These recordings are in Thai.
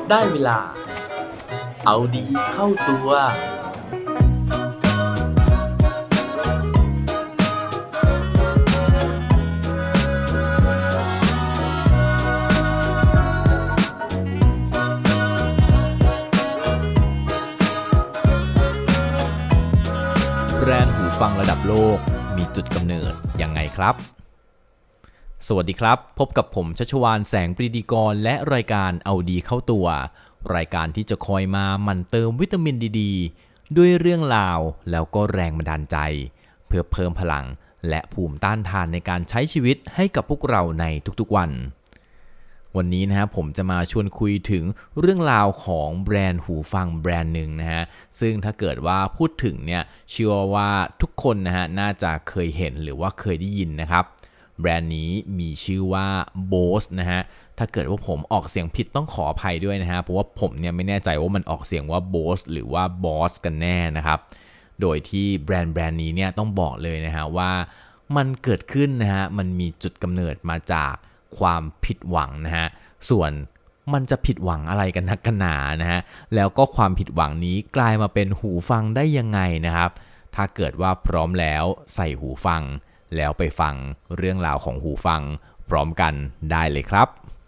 ได้เวลาเอาดีเข้าตัวแบรนด์หูฟังระดับโลกมีจุดกำเนิดยังไงครับสวัสดีครับพบกับผมชัชวาลแสงปรีดีกรและรายการเอาดีเข้าตัวรายการที่จะคอยมาหมั่นเติมวิตามินดีด้วยเรื่องราวแล้วก็แรงบันดาลใจเพื่อเพิ่มพลังและภูมิต้านทานในการใช้ชีวิตให้กับพวกเราในทุกๆวันนี้นะฮะผมจะมาชวนคุยถึงเรื่องราวของแบรนด์หูฟังแบรนด์หนึ่งนะฮะซึ่งถ้าเกิดว่าพูดถึงเนี่ยเชื่อว่าทุกคนนะฮะน่าจะเคยเห็นหรือว่าเคยได้ยินนะครับแบรนด์นี้มีชื่อว่า Bose นะฮะถ้าเกิดว่าผมออกเสียงผิดต้องขออภัยด้วยนะฮะเพราะว่าผมเนี่ยไม่แน่ใจว่ามันออกเสียงว่า Bose หรือว่า Boss กันแน่นะครับโดยที่แบรนด์นี้เนี่ยต้องบอกเลยนะฮะว่ามันเกิดขึ้นนะฮะมันมีจุดกำเนิดมาจากความผิดหวังนะฮะส่วนมันจะผิดหวังอะไรกันนักกันหนานะฮะแล้วก็ความผิดหวังนี้กลายมาเป็นหูฟังได้ยังไงนะครับถ้าเกิดว่าพร้อมแล้วใส่หูฟังแล้วไปฟังเรื่องราวของหูฟังพร้อมกันได้เลยครับ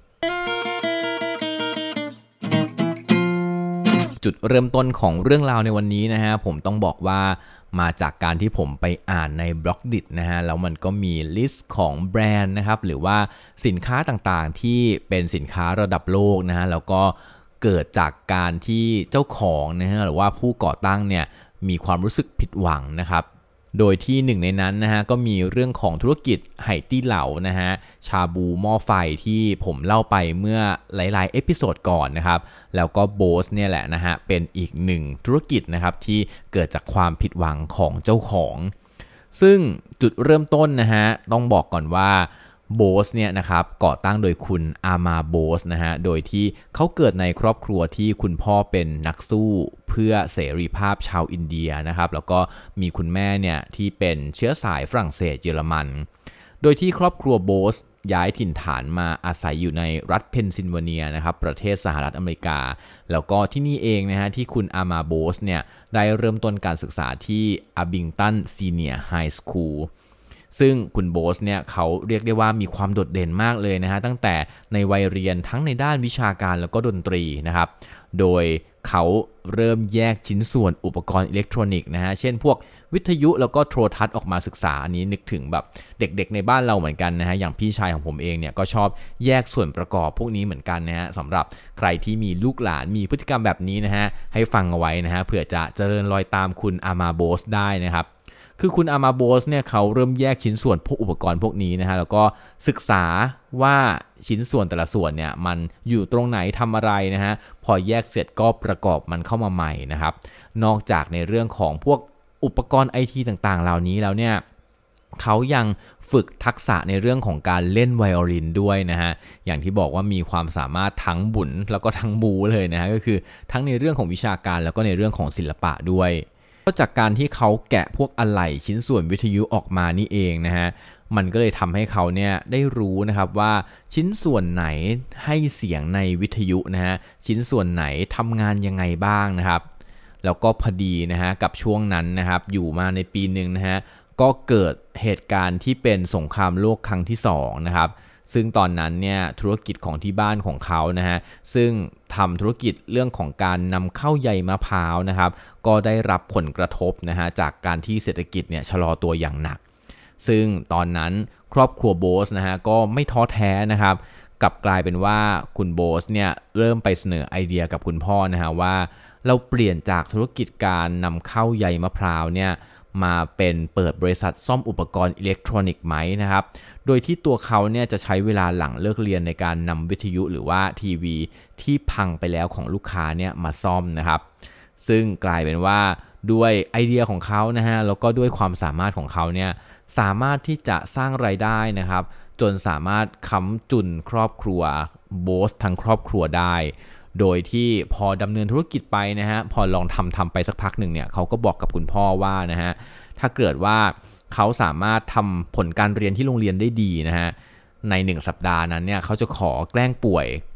จุดเริ่มต้นของเรื่องราวในวันนี้นะฮะผมต้องบอกว่ามาจากการที่ผมไปอ่านใน Blogdit นะฮะแล้วมันก็มีลิสต์ของแบรนด์นะครับหรือว่าสินค้าต่างๆที่เป็นสินค้าระดับโลกนะฮะแล้วก็เกิดจากการที่เจ้าของนะฮะหรือว่าผู้ก่อตั้งเนี่ยมีความรู้สึกผิดหวังนะครับโดยที่หนึ่งในนั้นนะฮะก็มีเรื่องของธุรกิจไหตี้เหลานะฮะชาบูหม้อไฟที่ผมเล่าไปเมื่อหลายๆเอพิโซดก่อนนะครับแล้วก็ Bose เนี่ยแหละนะฮะเป็นอีกหนึ่งธุรกิจนะครับที่เกิดจากความผิดหวังของเจ้าของซึ่งจุดเริ่มต้นนะฮะต้องบอกก่อนว่าBose เนี่ยนะครับก่อตั้งโดยคุณอามาโบสนะฮะโดยที่เขาเกิดในครอบครัวที่คุณพ่อเป็นนักสู้เพื่อเสรีภาพชาวอินเดียนะครับแล้วก็มีคุณแม่เนี่ยที่เป็นเชื้อสายฝรั่งเศสเยอรมันโดยที่ครอบครัวโบสย้ายถิ่นฐานมาอาศัยอยู่ในรัฐเพนซิลเวเนียนะครับประเทศสหรัฐอเมริกาแล้วก็ที่นี่เองนะฮะที่คุณอามาโบสเนี่ยได้เริ่มต้นการศึกษาที่อาบิงตันซีเนียร์ไฮสคูลซึ่งคุณโบสเนี่ยเขาเรียกได้ว่ามีความโดดเด่นมากเลยนะฮะตั้งแต่ในวัยเรียนทั้งในด้านวิชาการแล้วก็ดนตรีนะครับโดยเขาเริ่มแยกชิ้นส่วนอุปกรณ์อิเล็กทรอนิกส์นะฮะเช่นพวกวิทยุแล้วก็โทรทัศน์ออกมาศึกษาอันนี้นึกถึงแบบเด็กๆในบ้านเราเหมือนกันนะฮะอย่างพี่ชายของผมเองเนี่ยก็ชอบแยกส่วนประกอบพวกนี้เหมือนกันนะฮะสำหรับใครที่มีลูกหลานมีพฤติกรรมแบบนี้นะฮะให้ฟังเอาไว้นะฮะเผื่อจะเจริญรอยตามคุณอามาโบสได้นะครับคือคุณอามาโบสเนี่ยเขาเริ่มแยกชิ้นส่วนพวกอุปกรณ์พวกนี้นะฮะแล้วก็ศึกษาว่าชิ้นส่วนแต่ละส่วนเนี่ยมันอยู่ตรงไหนทำอะไรนะฮะพอแยกเสร็จก็ประกอบมันเข้ามาใหม่นะครับนอกจากในเรื่องของพวกอุปกรณ์ไอทีต่างๆเหล่านี้แล้วเนี่ยเขายังฝึกทักษะในเรื่องของการเล่นไวโอลินด้วยนะฮะอย่างที่บอกว่ามีความสามารถทั้งบุญแล้วก็ทั้งบูเลยนะฮะก็คือทั้งในเรื่องของวิชาการแล้วก็ในเรื่องของศิลปะด้วยก็จากการที่เขาแกะพวกอะไหล่ชิ้นส่วนวิทยุออกมานี่เองนะฮะมันก็เลยทำให้เขาเนี่ยได้รู้นะครับว่าชิ้นส่วนไหนให้เสียงในวิทยุนะฮะชิ้นส่วนไหนทำงานยังไงบ้างนะครับแล้วก็พอดีนะฮะกับช่วงนั้นนะครับอยู่มาในปีนึงนะฮะก็เกิดเหตุการณ์ที่เป็นสงครามโลกครั้งที่2นะครับซึ่งตอนนั้นเนี่ยธุรกิจของที่บ้านของเขานะฮะซึ่งทำธุรกิจเรื่องของการนำเข้าใยมะพร้าวนะครับก็ได้รับผลกระทบนะฮะจากการที่เศรษฐกิจเนี่ยชะลอตัวอย่างหนักซึ่งตอนนั้นครอบครัวโบสนะฮะก็ไม่ท้อแท้นะครับกลับกลายเป็นว่าคุณโบสเนี่ยเริ่มไปเสนอไอเดียกับคุณพ่อนะฮะว่าเราเปลี่ยนจากธุรกิจการนำเข้าใยมะพร้าวเนี่ยมาเป็นเปิดบริษัทซ่อมอุปกรณ์อิเล็กทรอนิกส์ไหมนะครับโดยที่ตัวเขาเนี่ยจะใช้เวลาหลังเลิกเรียนในการนำวิทยุหรือว่าทีวีที่พังไปแล้วของลูกค้าเนี่ยมาซ่อมนะครับซึ่งกลายเป็นว่าด้วยไอเดียของเขานะฮะแล้วก็ด้วยความสามารถของเขาเนี่ยสามารถที่จะสร้างรายได้นะครับจนสามารถค้ำจุนครอบครัวโบสทั้งครอบครัวได้โดยที่พอดำเนินธุรกิจไปนะฮะพอลองทำไปสักพักหนึ่งเนี่ยเขาก็บอกกับคุณพ่อว่านะฮะถ้าเกิดว่าเขาสามารถทำผลการเรียนที่โรงเรียนได้ดีนะฮะใน1สัปดาห์นั้นเนี่ยเขาจะขอแกล้งป่วย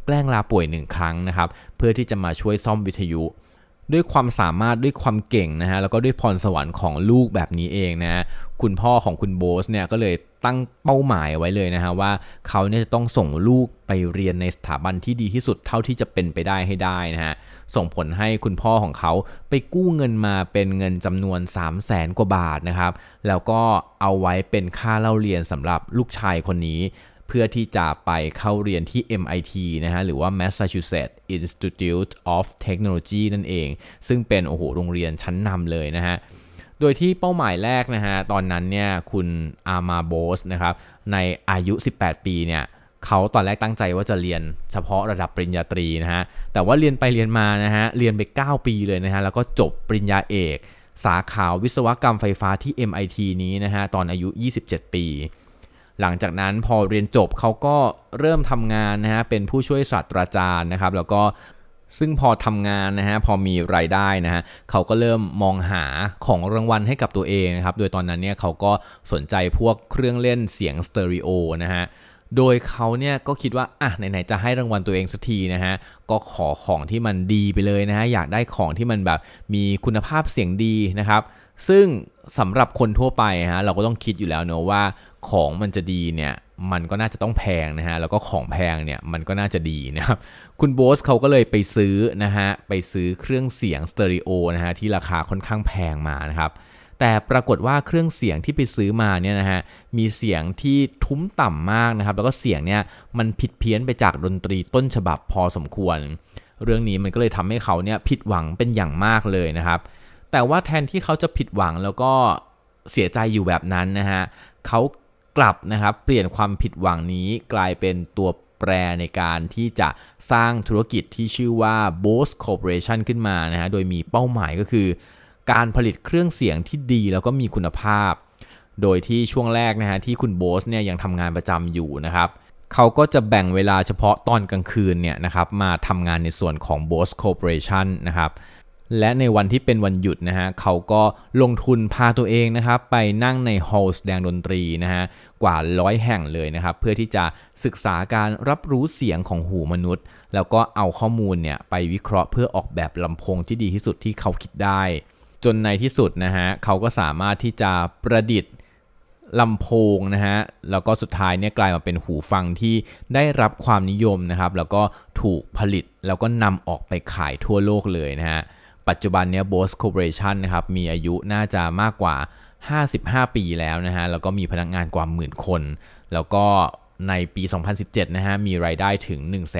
แกล้งลาป่วย1ครั้งนะครับเพื่อที่จะมาช่วยซ่อมวิทยุด้วยความสามารถด้วยความเก่งนะฮะแล้วก็ด้วยพรสวรรค์ของลูกแบบนี้เองนะคุณพ่อของคุณโบสเนี่ยก็เลยตั้งเป้าหมายไว้เลยนะฮะว่าเขาเนี่ยจะต้องส่งลูกไปเรียนในสถาบันที่ดีที่สุดเท่าที่จะเป็นไปได้ให้ได้นะฮะส่งผลให้คุณพ่อของเขาไปกู้เงินมาเป็นเงินจำนวน 300,000 กว่าบาทนะครับแล้วก็เอาไว้เป็นค่าเล่าเรียนสำหรับลูกชายคนนี้เพื่อที่จะไปเข้าเรียนที่ MIT นะฮะหรือว่า Massachusetts Institute of Technology นั่นเองซึ่งเป็นโรงเรียนชั้นนำเลยนะฮะโดยที่เป้าหมายแรกนะฮะตอนนั้นเนี่ยคุณอามาโบสนะครับในอายุ18ปีเนี่ยเขาตอนแรกตั้งใจว่าจะเรียนเฉพาะระดับปริญญาตรีนะฮะแต่ว่าเรียนไปเรียนมานะฮะเรียนไป9ปีเลยนะฮะแล้วก็จบปริญญาเอกสาขาวิศวกรรมไฟฟ้าที่ MIT นี้นะฮะตอนอายุ27ปีหลังจากนั้นพอเรียนจบเขาก็เริ่มทำงานนะฮะเป็นผู้ช่วยศาสตราจารย์นะครับแล้วก็ซึ่งพอทำงานนะฮะพอมีรายได้นะฮะเขาก็เริ่มมองหาของรางวัลให้กับตัวเองนะครับโดยตอนนั้นเนี่ยเขาก็สนใจพวกเครื่องเล่นเสียงสเตอริโอนะฮะโดยเขาเนี่ยก็คิดว่าไหนๆจะให้รางวัลตัวเองสักทีนะฮะก็ขอของที่มันดีไปเลยนะฮะอยากได้ของที่มันแบบมีคุณภาพเสียงดีนะครับซึ่งสำหรับคนทั่วไปฮะเราก็ต้องคิดอยู่แล้วเนอะว่าของมันจะดีเนี่ยมันก็น่าจะต้องแพงนะฮะแล้วก็ของแพงเนี่ยมันก็น่าจะดีนะครับคุณโบสเขาก็เลยไปซื้อนะฮะไปซื้อเครื่องเสียงสเตอริโอนะฮะที่ราคาค่อนข้างแพงมานะครับแต่ปรากฏว่าเครื่องเสียงที่ไปซื้อมาเนี่ยนะฮะมีเสียงที่ทุ้มต่ำมากนะครับแล้วก็เสียงเนี่ยมันผิดเพี้ยนไปจากดนตรีต้นฉบับพอสมควรเรื่องนี้มันก็เลยทำให้เขาเนี่ยผิดหวังเป็นอย่างมากเลยนะครับแต่ว่าแทนที่เขาจะผิดหวังแล้วก็เสียใจอยู่แบบนั้นนะฮะเขากลับนะครับเปลี่ยนความผิดหวังนี้กลายเป็นตัวแปรในการที่จะสร้างธุรกิจที่ชื่อว่า Bose Corporation ขึ้นมานะฮะโดยมีเป้าหมายก็คือการผลิตเครื่องเสียงที่ดีแล้วก็มีคุณภาพโดยที่ช่วงแรกนะฮะที่คุณโบสเนี่ยยังทำงานประจำอยู่นะครับเขาก็จะแบ่งเวลาเฉพาะตอนกลางคืนเนี่ยนะครับมาทำงานในส่วนของ Bose Corporation นะครับและในวันที่เป็นวันหยุดนะฮะเขาก็ลงทุนพาตัวเองนะครับไปนั่งในฮอลล์แสดงดนตรีนะฮะกว่า100แห่งเลยนะครับเพื่อที่จะศึกษาการรับรู้เสียงของหูมนุษย์แล้วก็เอาข้อมูลเนี่ยไปวิเคราะห์เพื่อออกแบบลำโพงที่ดีที่สุดที่เขาคิดได้จนในที่สุดนะฮะเขาก็สามารถที่จะประดิษฐ์ลำโพงนะฮะแล้วก็สุดท้ายเนี่ยกลายมาเป็นหูฟังที่ได้รับความนิยมนะครับแล้วก็ถูกผลิตแล้วก็นำออกไปขายทั่วโลกเลยนะฮะปัจจุบันเนี่ย Bose Corporation นะครับมีอายุน่าจะมากกว่า55ปีแล้วนะฮะแล้วก็มีพนักงานกว่า 10,000 คนแล้วก็ในปี2017นะฮะมีรายได้ถึง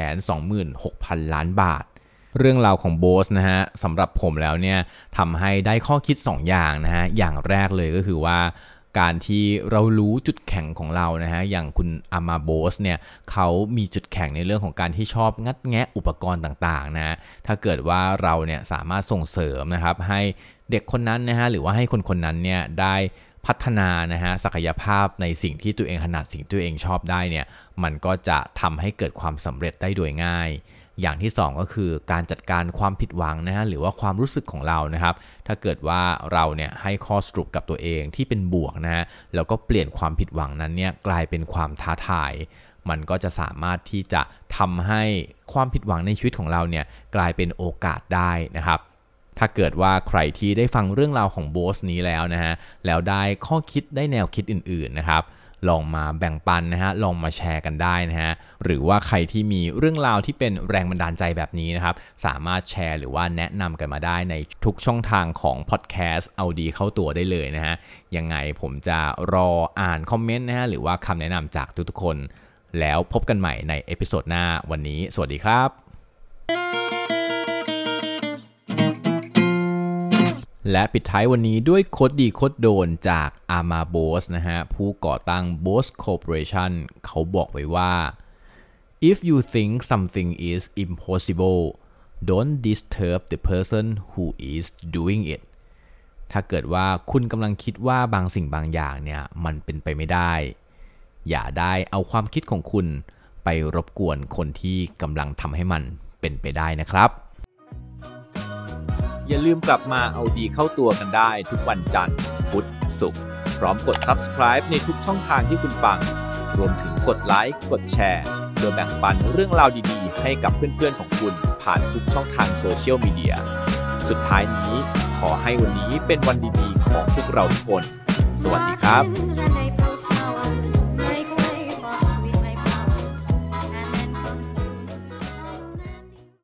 126,000 ล้านบาทเรื่องราวของ Bose นะฮะสำหรับผมแล้วเนี่ยทำให้ได้ข้อคิด2อย่างนะฮะอย่างแรกเลยก็คือว่าการที่เรารู้จุดแข็งของเรานะฮะอย่างคุณอามาโบสเนี่ยเขามีจุดแข็งในเรื่องของการที่ชอบงัดแงะอุปกรณ์ต่างๆนะถ้าเกิดว่าเราเนี่ยสามารถส่งเสริมนะครับให้เด็กคนนั้นนะฮะหรือว่าให้คนนั้นเนี่ยได้พัฒนานะฮะศักยภาพในสิ่งที่ตัวเองถนัดสิ่งที่ตัวเองชอบได้เนี่ยมันก็จะทำให้เกิดความสำเร็จได้โดยง่ายอย่างที่2ก็คือการจัดการความผิดหวังนะฮะหรือว่าความรู้สึกของเรานะครับถ้าเกิดว่าเราเนี่ยให้ข้อสรุปกับตัวเองที่เป็นบวกนะฮะแล้วก็เปลี่ยนความผิดหวังนั้นเนี่ยกลายเป็นความท้าทายมันก็จะสามารถที่จะทำให้ความผิดหวังในชีวิตของเราเนี่ยกลายเป็นโอกาสได้นะครับถ้าเกิดว่าใครที่ได้ฟังเรื่องราวของโบสนี้แล้วนะฮะแล้วได้ข้อคิดได้แนวคิดอื่นๆนะครับลองมาแบ่งปันนะฮะลองมาแชร์กันได้นะฮะหรือว่าใครที่มีเรื่องราวที่เป็นแรงบันดาลใจแบบนี้นะครับสามารถแชร์หรือว่าแนะนำกันมาได้ในทุกช่องทางของพอดแคสต์เอาดีเข้าตัวได้เลยนะฮะยังไงผมจะรออ่านคอมเมนต์นะฮะหรือว่าคำแนะนำจากทุกๆคนแล้วพบกันใหม่ในเอพิโซดหน้าวันนี้สวัสดีครับและปิดท้ายวันนี้ด้วยโคตรดีโคตรโดนจากอามาโบสนะฮะผู้ก่อตั้ง Bose Corporation เขาบอกไว้ว่า If you think something is impossible don't disturb the person who is doing it ถ้าเกิดว่าคุณกำลังคิดว่าบางสิ่งบางอย่างเนี่ยมันเป็นไปไม่ได้อย่าได้เอาความคิดของคุณไปรบกวนคนที่กำลังทำให้มันเป็นไปได้นะครับอย่าลืมกลับมาเอาดีเข้าตัวกันได้ทุกวันจันทร์พุธศุกร์พร้อมกด Subscribe ในทุกช่องทางที่คุณฟังรวมถึงกดไลค์กดแชร์โดยแบ่งปันเรื่องราวดีๆให้กับเพื่อนๆของคุณผ่านทุกช่องทางโซเชียลมีเดียสุดท้ายนี้ขอให้วันนี้เป็นวันดีๆของพวกเราทุกคนสวัสดีครับ